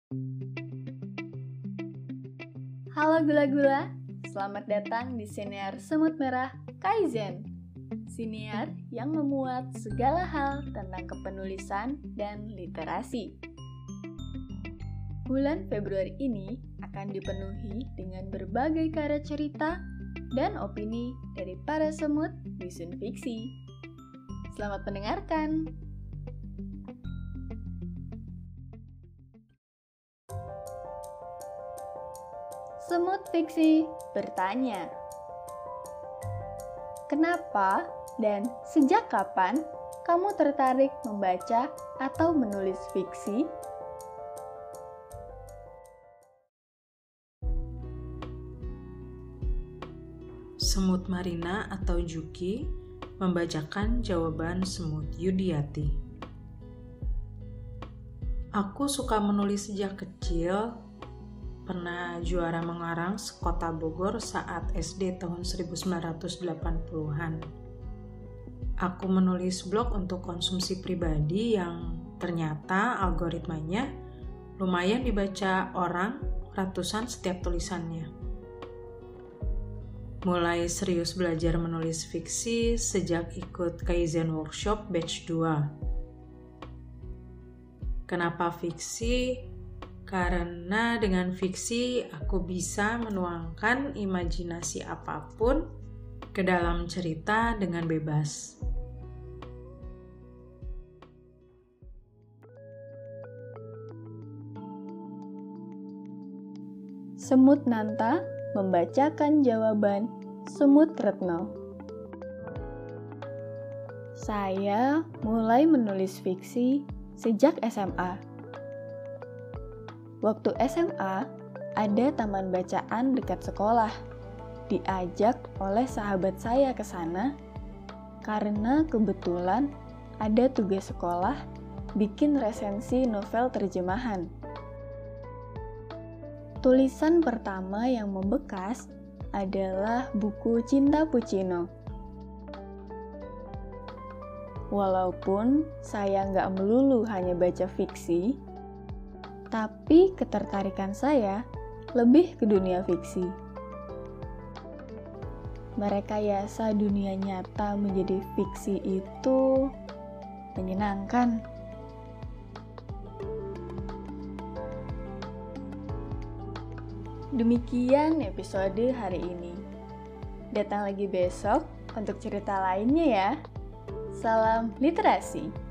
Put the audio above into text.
Halo gula-gula, selamat datang di Siniar Semut Merah Kaizen. Siniar yang memuat segala hal tentang kepenulisan dan literasi. Bulan Februari ini akan dipenuhi dengan berbagai karya cerita dan opini dari para semut bisun fiksi. Selamat mendengarkan! Semut fiksi bertanya, kenapa dan sejak kapan kamu tertarik membaca atau menulis fiksi? Semut Marina atau Juki membacakan jawaban semut Yudiati. Aku suka menulis sejak kecil. Pernah juara mengarang sekota Bogor saat SD tahun 1980-an. Aku menulis blog untuk konsumsi pribadi yang ternyata algoritmanya lumayan dibaca orang ratusan setiap tulisannya. Mulai serius belajar menulis fiksi sejak ikut Kaizen Workshop Batch 2. Kenapa fiksi? Karena dengan fiksi aku bisa menuangkan imajinasi apapun ke dalam cerita dengan bebas. Semut Nanta membacakan jawaban Semut Retno. Saya mulai menulis fiksi sejak SMA. Waktu SMA, ada taman bacaan dekat sekolah. Diajak oleh sahabat saya ke sana karena kebetulan ada tugas sekolah bikin resensi novel terjemahan. Tulisan pertama yang membekas adalah buku Cinta Puccino. Walaupun saya nggak melulu hanya baca fiksi, tapi ketertarikan saya lebih ke dunia fiksi. Merekayasa dunia nyata menjadi fiksi itu menyenangkan. Demikian episode hari ini. Datang lagi besok untuk cerita lainnya ya. Salam literasi.